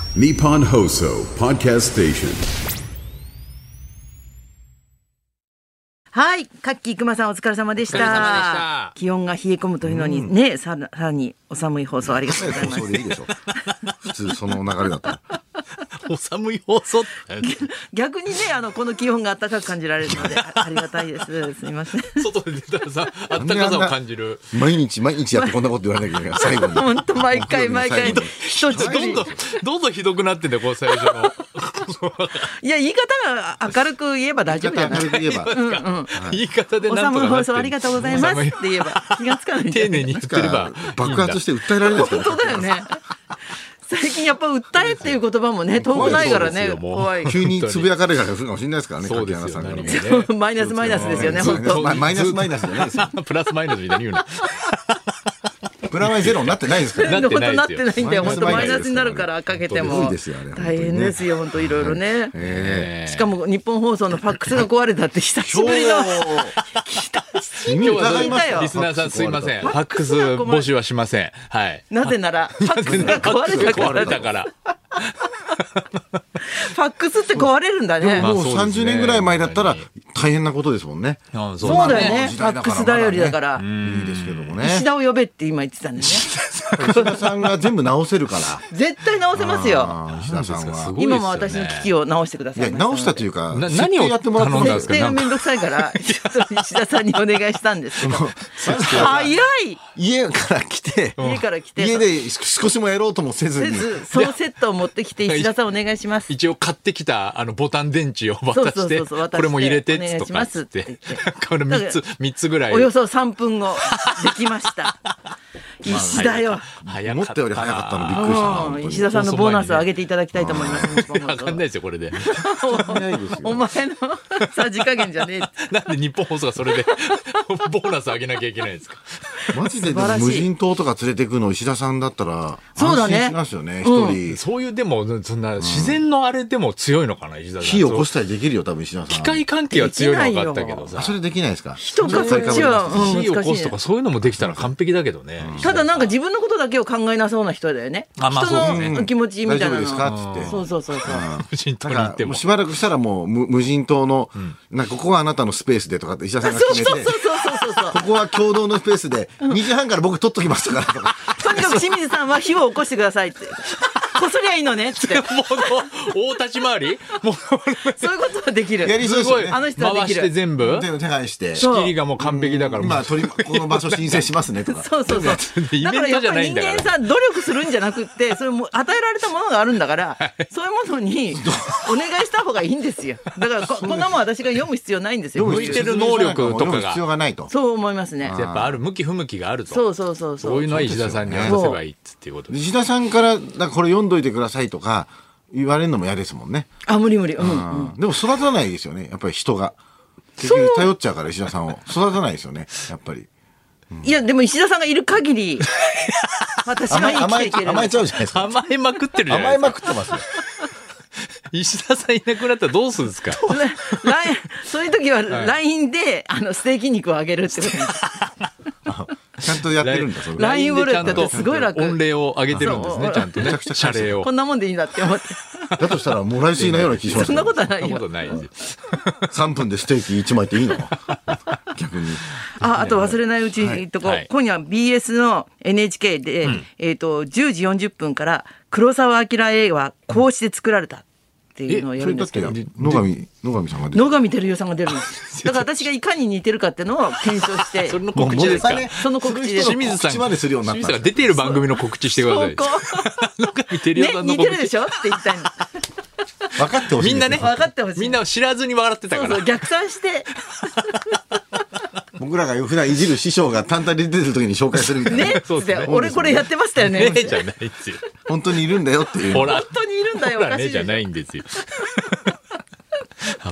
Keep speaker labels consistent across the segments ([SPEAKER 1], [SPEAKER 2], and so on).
[SPEAKER 1] Nippon Hoso Podcast Station。
[SPEAKER 2] はい、カッキー熊さんお疲れ様でした。
[SPEAKER 3] お疲れ様でした。
[SPEAKER 2] 気温が冷え込むというのにね、さらにお寒い放送ありがとうございます。
[SPEAKER 4] 放送でいいでしょ。普通その流れだったら。
[SPEAKER 3] お寒い放送
[SPEAKER 2] 逆にね、この気温が暖かく感じられるのでありがたいです。すみません。
[SPEAKER 3] 外で出たらさ、あったかさを感じる。
[SPEAKER 4] 毎日やってこんなこと言われなきゃいけない。最後に。
[SPEAKER 2] 本当毎回一つ
[SPEAKER 3] どんどんひどくなってんだよ、こう最初の。
[SPEAKER 2] いや、言い方が明るく言えば大丈夫じゃない。
[SPEAKER 4] 明るく言えば。
[SPEAKER 3] 言い方で
[SPEAKER 2] お
[SPEAKER 3] なんとかなってる。
[SPEAKER 2] 寒い放送ありがとうございますって言えば気がつかないんじゃない。
[SPEAKER 3] 丁寧に言ってれば
[SPEAKER 4] 爆発して訴えられるんですか。
[SPEAKER 2] 本当だよね。最近やっぱ訴えっていう言葉もね遠くないからね、怖い。
[SPEAKER 4] 急につぶやかれが来るかもしれないですからね。
[SPEAKER 3] そうですよ
[SPEAKER 4] 柿原
[SPEAKER 3] ね。
[SPEAKER 4] さんから
[SPEAKER 2] マイナスですよね、本当。
[SPEAKER 4] マイナスじゃないですよ。
[SPEAKER 3] プラスマイナスみたいに言うな。
[SPEAKER 4] プラマイゼロになってないですから。
[SPEAKER 2] 本当なってないんだよ。
[SPEAKER 4] マイナス
[SPEAKER 2] 本当マイナスになるからかけても
[SPEAKER 4] 大
[SPEAKER 2] 変ですよ、本当いろいろね。しかも日本放送のファックスが壊れたって久しぶりの。
[SPEAKER 3] 今日はリスナーさんすいません。ファックス募集はしません。はい。
[SPEAKER 2] なぜならファックスが壊れたから。ファックスって壊れるんだね。
[SPEAKER 4] もう30年ぐらい前だったら大変なことですもんね。
[SPEAKER 2] そうだよね。ファックス頼りだから。
[SPEAKER 4] いいですけどもね。
[SPEAKER 2] 石田を呼べって今言ってたんだよね。
[SPEAKER 4] 石田さんが全部直せるから。
[SPEAKER 2] 絶対直せますよ。
[SPEAKER 4] 石田さんは。
[SPEAKER 2] 今も私の機器を直してください。
[SPEAKER 4] 直したというか、
[SPEAKER 3] 何を
[SPEAKER 4] やってもらったんですか。
[SPEAKER 2] 設定がめんどくさいから石田さんにお願いしたんですけど。早い。
[SPEAKER 4] 家から来て家で少しもやろうともせずに
[SPEAKER 2] そのセットを持ってきて石田さんお願いします。
[SPEAKER 3] 一応買ってきたボタン電池を渡してこれも入れてっとかっつってこれ3つぐらい
[SPEAKER 2] およそ3分後できました。石田よ。
[SPEAKER 4] 思ったより早かったのびっくりしたな。
[SPEAKER 2] 石田さんのボーナスを上げていただきたいと思います。
[SPEAKER 3] 分かんないですよこれで。
[SPEAKER 2] お前のさじ加減じゃねえ。
[SPEAKER 3] なんで日本放送がそれでボーナス上げなきゃいけないんですか。
[SPEAKER 4] マジで無人島とか連れてくの石田さんだったら
[SPEAKER 2] そうだね。
[SPEAKER 4] 安心しますよね。一人
[SPEAKER 3] そういうでもそんな自然のあれでも強いのかな石田さん。
[SPEAKER 4] 火を起こしたりできるよ多分石田さん。
[SPEAKER 3] 機械関係は強いの分かったけどさ。
[SPEAKER 4] それできないですか。
[SPEAKER 2] 人がそっちは
[SPEAKER 3] 火を起こすとかそういうのもできたら完璧だけどね。
[SPEAKER 2] ただなんか自分のことだけを考えなそうな人だよね。人の気持ちみたいなの。
[SPEAKER 4] 大丈夫ですかっつって。
[SPEAKER 2] そう。
[SPEAKER 3] 無人島に行っても
[SPEAKER 4] しばらくしたらもう無人島のなんかここはあなたのスペースでとかって石田さんが決めて。ここは共同のスペースで2時半から僕取っときますからとか。
[SPEAKER 2] とにかく清水さんは火を起こしてくださいって。こすりゃいいのねって。もう
[SPEAKER 3] 大立ち回りもう
[SPEAKER 2] そういうことはできる。
[SPEAKER 4] やりそうですよね。
[SPEAKER 2] あの人はできる。
[SPEAKER 3] 回して全部
[SPEAKER 4] 手配して
[SPEAKER 3] 仕切りがもう完璧だから
[SPEAKER 4] 今この場所申請しますねとか。
[SPEAKER 2] そう。だからやっぱり人間さ努力するんじゃなくってそれも与えられたものがあるんだからそういうものにお願いした方がいいんですよ。だからこんなもん私が読む必要ないんですよ。
[SPEAKER 3] 向いてる能力とかが
[SPEAKER 4] 必要がないと。
[SPEAKER 2] そう思いますね。
[SPEAKER 3] やっぱある向き不向きがあると。そういうのは石田さんに渡せばいいっていうことで。
[SPEAKER 4] 石田さんからこれ読んどいてくださいとか言われるのも嫌ですもんね。
[SPEAKER 2] 無理。で
[SPEAKER 4] も育たないですよねやっぱり人が。結局頼っちゃうから石田さんを育たないですよねやっぱり。
[SPEAKER 2] いやでも石田さんがいる限り私は生きていける。
[SPEAKER 4] 甘えちゃうじゃないですか。
[SPEAKER 3] 甘えまくってるじゃないですか。
[SPEAKER 4] 甘えまくってますよ。
[SPEAKER 3] 石田さんいなくなったらどうするんですか。
[SPEAKER 2] そういう時は LINE でステーキ肉をあげるってことです。
[SPEAKER 4] ちゃんとやってるんだ。
[SPEAKER 2] LINE ウォレットってすごい楽。
[SPEAKER 3] 御礼をあげてるんですねちゃんとね。謝礼を。
[SPEAKER 2] こんなもんでいいんだって思って。
[SPEAKER 4] だとしたらもらいすぎなような気します。
[SPEAKER 2] そんなことはないよ。
[SPEAKER 3] そんなことないですよ。
[SPEAKER 4] 3分でステーキ1枚っていいの逆に。
[SPEAKER 2] あと忘れないうちにとこ、今夜 BS の NHK で10時40分から黒澤明映画こうして作られたっていうのをやるんですけど、
[SPEAKER 4] 野上さんが出る。
[SPEAKER 2] 野上照代さんが出るんです。だから私がいかに似てるかっていうのを検証して。
[SPEAKER 3] それの告知ですか。
[SPEAKER 2] その告知です。
[SPEAKER 3] 清水さんが出ている番組の告知してください。野上照代さんの告知。
[SPEAKER 2] 似てるでしょって言ったんだ。
[SPEAKER 4] 分かってほしい。
[SPEAKER 3] みんなね
[SPEAKER 2] 分かってほしい。
[SPEAKER 3] みんな知らずに笑ってたから。
[SPEAKER 2] そう逆算して。
[SPEAKER 4] 僕らが普段いじる師匠が単体で出てる時に紹介するみたいな。
[SPEAKER 2] ね、俺これやってましたよね。
[SPEAKER 3] ねじゃないですよ。
[SPEAKER 4] 本当にいるんだよっていう。
[SPEAKER 3] ほら
[SPEAKER 2] 本当にいるんだよ。おかしい
[SPEAKER 3] じゃないんですよ。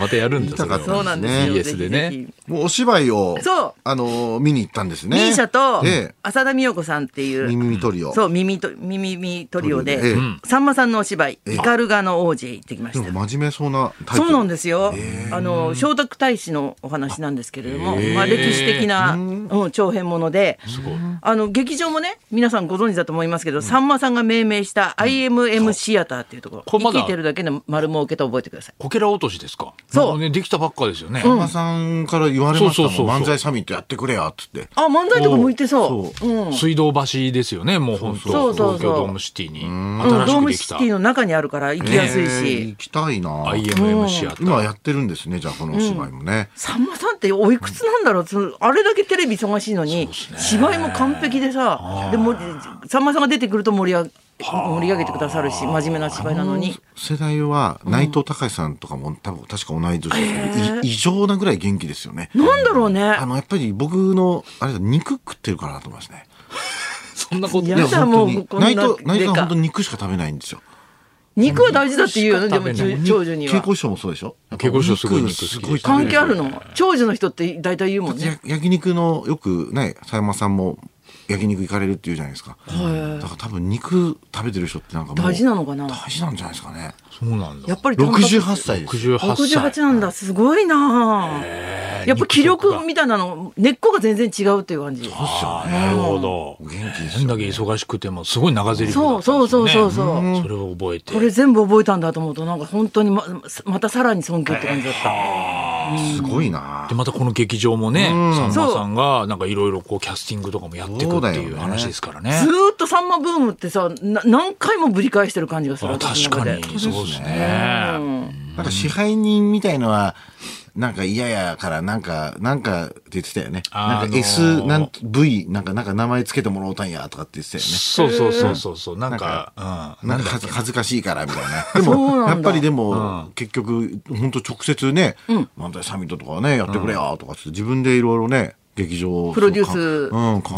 [SPEAKER 3] またやるんだ。
[SPEAKER 2] そうなんですよ。
[SPEAKER 3] BS でね。
[SPEAKER 4] もうお芝居を見に行ったんですね。
[SPEAKER 2] ミーシャと浅田美代子さんっていう
[SPEAKER 4] 耳トリオ。
[SPEAKER 2] そう耳トリオでさんまさんのお芝居イカルガの王子へ行ってきました。
[SPEAKER 4] 真面目そうなタイプ。
[SPEAKER 2] そうなんですよ。聖徳太子のお話なんですけれども、歴史的な長編もので、劇場もね皆さんご存知だと思いますけど、さんまさんが命名した IMM シアターっていうところ、生きてるだけの丸儲けと覚えてください。
[SPEAKER 3] こけら落としですか。
[SPEAKER 2] そう
[SPEAKER 3] ね、できたばっかですよね。
[SPEAKER 4] さんまさんから言われましたもん。漫才サミットやってくれやっつって。
[SPEAKER 2] あ、漫才とか向いてそう。
[SPEAKER 3] 水道橋ですよね。もう本当東京ドームシティに新しくできた。
[SPEAKER 2] ドームシティの中にあるから行きやすいし。
[SPEAKER 4] 行きたいな。
[SPEAKER 3] IMM シアター。
[SPEAKER 4] 今やってるんですね。じゃあこのお芝居もね。
[SPEAKER 2] さんまさんっておいくつなんだろう。あれだけテレビ忙しいのに芝居も完璧でさ、でもさんまさんが出てくると盛り上げてくださるし、真面目な芝居なのに。
[SPEAKER 4] 世代は内藤隆さんとかも確か同い年ですけど、異常なぐらい元気ですよね。
[SPEAKER 2] なんだろうね。
[SPEAKER 4] やっぱり僕のあれだ、肉食ってるからだと思いますね。
[SPEAKER 3] そんなこと。
[SPEAKER 2] いやもうこんな
[SPEAKER 4] 内藤は本当に肉しか食べないんですよ。
[SPEAKER 2] 肉は大事だって言うよね。でも長女には。
[SPEAKER 4] 稽古師匠もそうでしょ。
[SPEAKER 3] 稽古師匠すごい肉好き。
[SPEAKER 2] 関係あるの。長女の人って大体言うもんね。
[SPEAKER 4] 焼肉のよくね、さやまさんも焼肉行かれるって言うじゃないですか。だから多分肉食べてる人ってなんかもう
[SPEAKER 2] 大事なのかな。
[SPEAKER 4] 大事なんじゃないですかね。
[SPEAKER 3] そうなんだ。
[SPEAKER 2] やっぱり
[SPEAKER 4] 68歳です。
[SPEAKER 2] 68なんだ。すごいな。やっぱ気力みたいなの根っこが全然違うっていう感じ。そう
[SPEAKER 3] ですよね。なるほど。元気です。どんだけ忙しくてもすごい長ゼリフだったんです
[SPEAKER 2] ね。そう。
[SPEAKER 3] それを覚えて。
[SPEAKER 2] これ全部覚えたんだと思うとなんか本当にまたさらに尊敬って感じだった。
[SPEAKER 4] すごいな。
[SPEAKER 3] でまたこの劇場もね、さんまさんがなんかいろいろこうキャスティングとかもやっていくっていう話ですからね。
[SPEAKER 2] ずーっとさんまブームってさ何回もぶり返してる感じがする。
[SPEAKER 3] 確かにそうですね。
[SPEAKER 4] なんか支配人みたいのはなんか嫌やからなんかって言ってたよね。なんか S V なんか名前つけてもらおうたんやとかって言ってたよね。
[SPEAKER 3] そうなんか
[SPEAKER 4] 恥ずかしいからみたいな。でもやっぱりでも結局本当直接ね、漫才サミットとかねやってくれやとかって自分でいろいろね劇場
[SPEAKER 2] プロデュース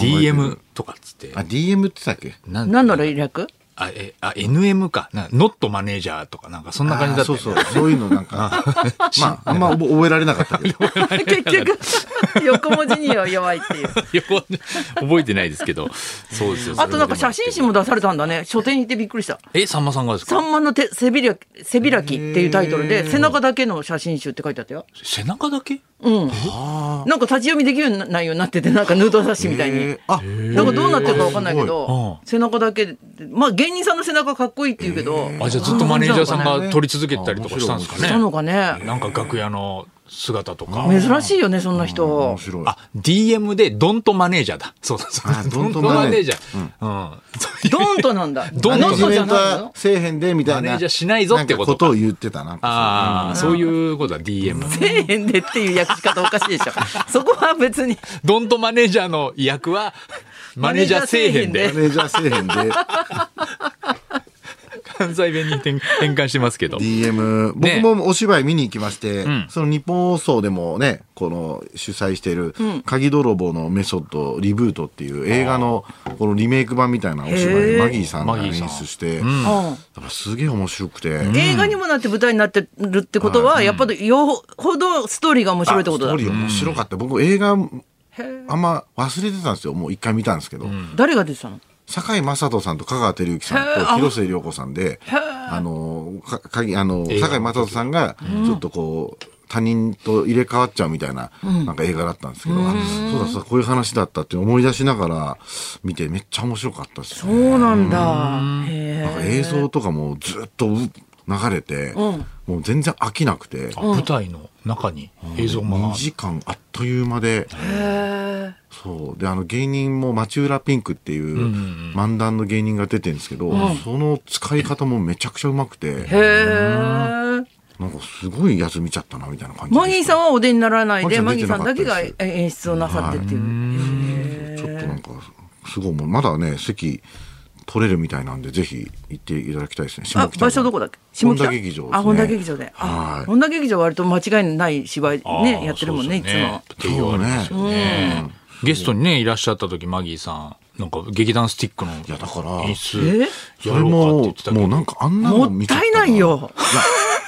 [SPEAKER 3] DM とかっつって。
[SPEAKER 4] DM って言ってたっけ？
[SPEAKER 2] 何の連絡
[SPEAKER 3] ？NM かノットマネージャーとかなんかそんな感じだったよね。
[SPEAKER 4] そういうのなんかまああんま覚えられなかったけど
[SPEAKER 2] 結局横文字には弱いっていう
[SPEAKER 3] 覚えてないですけど。そうですよ。
[SPEAKER 2] あとなんか写真集も出されたんだね。書店に行ってびっくりした。
[SPEAKER 3] さんまさんがですか？
[SPEAKER 2] さんまの背開きっていうタイトルで背中だけの写真集って書いてあったよ。
[SPEAKER 3] 背中だけ？
[SPEAKER 2] なんか立ち読みできるないようになってて、なんかヌード冊子みたいに。なんかどうなってるかわかんないけど、背中だけまあ芸人さんの背中かっこいいって言うけど、
[SPEAKER 3] じゃあずっとマネージャーさんが撮り続けたりとかしたんですかね。
[SPEAKER 2] したのかね。
[SPEAKER 3] なんか楽屋の姿とか
[SPEAKER 2] 珍しいよね、そんな人。
[SPEAKER 3] DM でドントマネージャーだ。そうドントマネージャー。
[SPEAKER 2] ドントなんだ。
[SPEAKER 4] ドントじゃないの。せえへんでみたいな。
[SPEAKER 3] マネージャーしないぞって
[SPEAKER 4] ことを言ってたな。
[SPEAKER 3] そういうことだ。DM
[SPEAKER 2] せえへんでっていう訳し方おかしいでしょ。そこは別に
[SPEAKER 3] ドントマネージャーの訳はマネージャーせえへんで。
[SPEAKER 4] マネージャーせえへんで。
[SPEAKER 3] 関西弁に変換してますけど。
[SPEAKER 4] DM、僕もお芝居見に行きまして、その日本放送でもね、この主催している鍵泥棒のメソッドリブートっていう映画のこのリメイク版みたいなお芝居マギーさんが演出して、だからすげえ面白くて、
[SPEAKER 2] 映画にもなって舞台になってるってことは、やっぱりよほどストーリーが面白いってことだ。
[SPEAKER 4] ストーリー面白かった。僕映画あんま忘れてたんですよ。もう一回見たんですけど。
[SPEAKER 2] 誰が出てたの？
[SPEAKER 4] 堺雅人さんと香川照之さんと広末涼子さんで、堺雅人さんがちょっとこう他人と入れ替わっちゃうみたいななんか映画だったんですけど、そうだこういう話だったって思い出しながら見てめっちゃ面白かったですね。
[SPEAKER 2] そうなんだ。
[SPEAKER 4] なんか映像とかもずっと流れて、もう全然飽きなくて、
[SPEAKER 3] 舞台の中に映像も
[SPEAKER 4] 2時間あっという間で。そうで芸人も町浦ピンクっていう漫談の芸人が出てるんですけど、その使い方もめちゃくちゃうまくて、なんかすごいやつ見ちゃったなみたいな感じで。
[SPEAKER 2] マギーさんはお出にならないで、マギーさんだけが演出をなさってっていう。
[SPEAKER 4] ちょっとなんかすごいまだね席取れるみたいなんでぜひ行っていただきたいですね。
[SPEAKER 2] 場所どこだっけ？
[SPEAKER 4] 本田劇場ですね。
[SPEAKER 2] 本田劇場で。本田劇場は割と間違いない芝居ねやってるもんね、いつも。
[SPEAKER 3] そうね。ゲストにねいらっしゃった時マギーさんなんか劇団スティックの演出
[SPEAKER 4] やろうかって言ってたけど、もうなんかあんなの見ちゃったら
[SPEAKER 2] もったいないよ。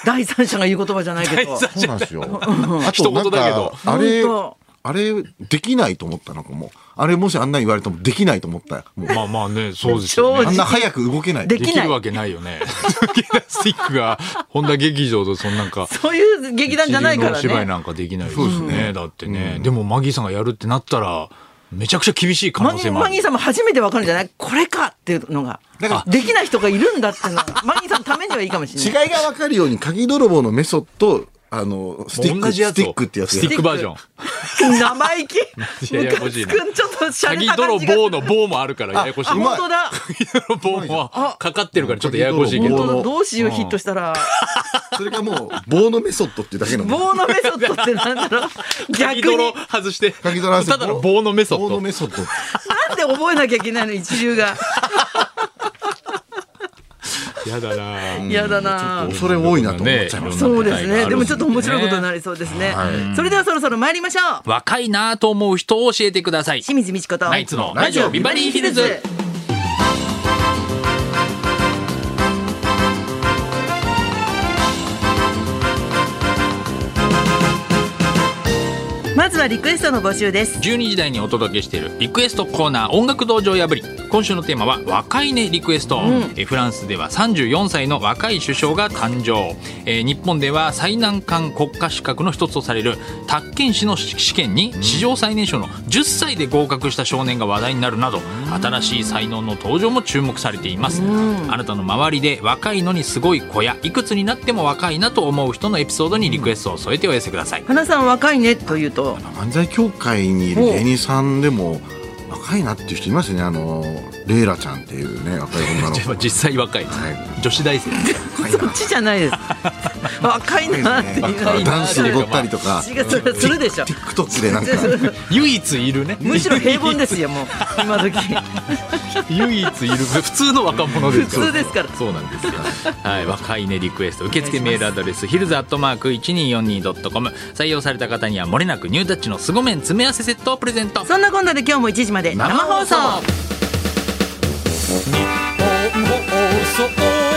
[SPEAKER 2] 第三者が言う言葉じゃないけど。
[SPEAKER 4] そうなんですよ。あ
[SPEAKER 3] 一
[SPEAKER 4] となん
[SPEAKER 3] 言だけど
[SPEAKER 4] か、あれ、できないと思ったのかも。あれもしあんな言われてもできないと思ったよ。もう
[SPEAKER 3] まあね、そうですよね。
[SPEAKER 4] あんな早く動けない。
[SPEAKER 2] できない
[SPEAKER 3] できるわけないよね。ギラスティックが本田劇場とそんなんか。
[SPEAKER 2] そういう劇団じゃないからね。
[SPEAKER 3] 一流のお芝居なんかできないですよね。だってね。でもマギーさんがやるってなったら、めちゃくちゃ厳しい可能性もある。
[SPEAKER 2] マギーさんも初めて分かるんじゃない？これかっていうのが。だからできない人がいるんだっていうのは、マギーさんのためにはいいかもしれない。
[SPEAKER 4] 違いが分かるように、鍵泥棒のメソッド、スティックってやつ。
[SPEAKER 3] スティックバージョン。
[SPEAKER 2] 生意気。
[SPEAKER 3] ややこしいな。
[SPEAKER 2] ちょっとシャレ
[SPEAKER 3] 鍵
[SPEAKER 2] た感じが。
[SPEAKER 3] 泥棒の棒もあるからややこしい。
[SPEAKER 2] 本当だ。
[SPEAKER 3] 鍵泥棒もかかってるからちょっとややこしいけど。
[SPEAKER 2] どうしようヒットしたら。
[SPEAKER 4] それがもう棒のメソッドっていうだけの。
[SPEAKER 2] 棒のメソッドってなんだろう。
[SPEAKER 3] 鍵泥外して。
[SPEAKER 4] 鍵泥外して。
[SPEAKER 3] ただの棒のメソッド。
[SPEAKER 4] 棒のメソッド。
[SPEAKER 2] なんで覚えなきゃいけないの一流が。
[SPEAKER 3] やだな。
[SPEAKER 2] やだな。
[SPEAKER 4] 恐れ多いなと思っちゃいます。
[SPEAKER 2] そうですね。でもちょっと面白いことになりそうですね。それではそろそろ参りましょう。
[SPEAKER 3] 若いなと思う人を教えてください。
[SPEAKER 2] 清水美智子と
[SPEAKER 3] ナイツのラジオビバリーヒルズ。
[SPEAKER 2] まずはリクエストの募集です。
[SPEAKER 3] 12時台にお届けしているリクエストコーナー音楽道場破り。今週のテーマは若いねリクエスト、フランスでは34歳の若い首相が誕生、日本では最難関国家資格の一つとされる宅建士の試験に史上最年少の10歳で合格した少年が話題になるなど、新しい才能の登場も注目されています。あなたの周りで若いのにすごい子やいくつになっても若いなと思う人のエピソードにリクエストを添えてお寄せください。
[SPEAKER 2] 花さん若いねというと
[SPEAKER 4] 漫才協会にいる芸人さんでも若いなっていう人いますね。レイラちゃんっていうね若い女の子。
[SPEAKER 3] 実際若いです、女子大生
[SPEAKER 2] そっちじゃないです。若いなっていう、
[SPEAKER 4] ダンス踊ったりとか
[SPEAKER 2] するでしょ。
[SPEAKER 4] TikTok でなんか
[SPEAKER 3] 唯一いるね。
[SPEAKER 2] むしろ平凡ですよもう今時。
[SPEAKER 3] 唯一いる普通の若者ですから。
[SPEAKER 2] 普通ですから。
[SPEAKER 3] そうなんですよ。はい、若いねリクエスト受付メールアドレスヒルズ@1242.com。採用された方にはもれなくニュータッチの凄麺詰め合わせセットをプレゼント。
[SPEAKER 2] そんなこんなで今日も1時まで生放送。
[SPEAKER 3] 日本放送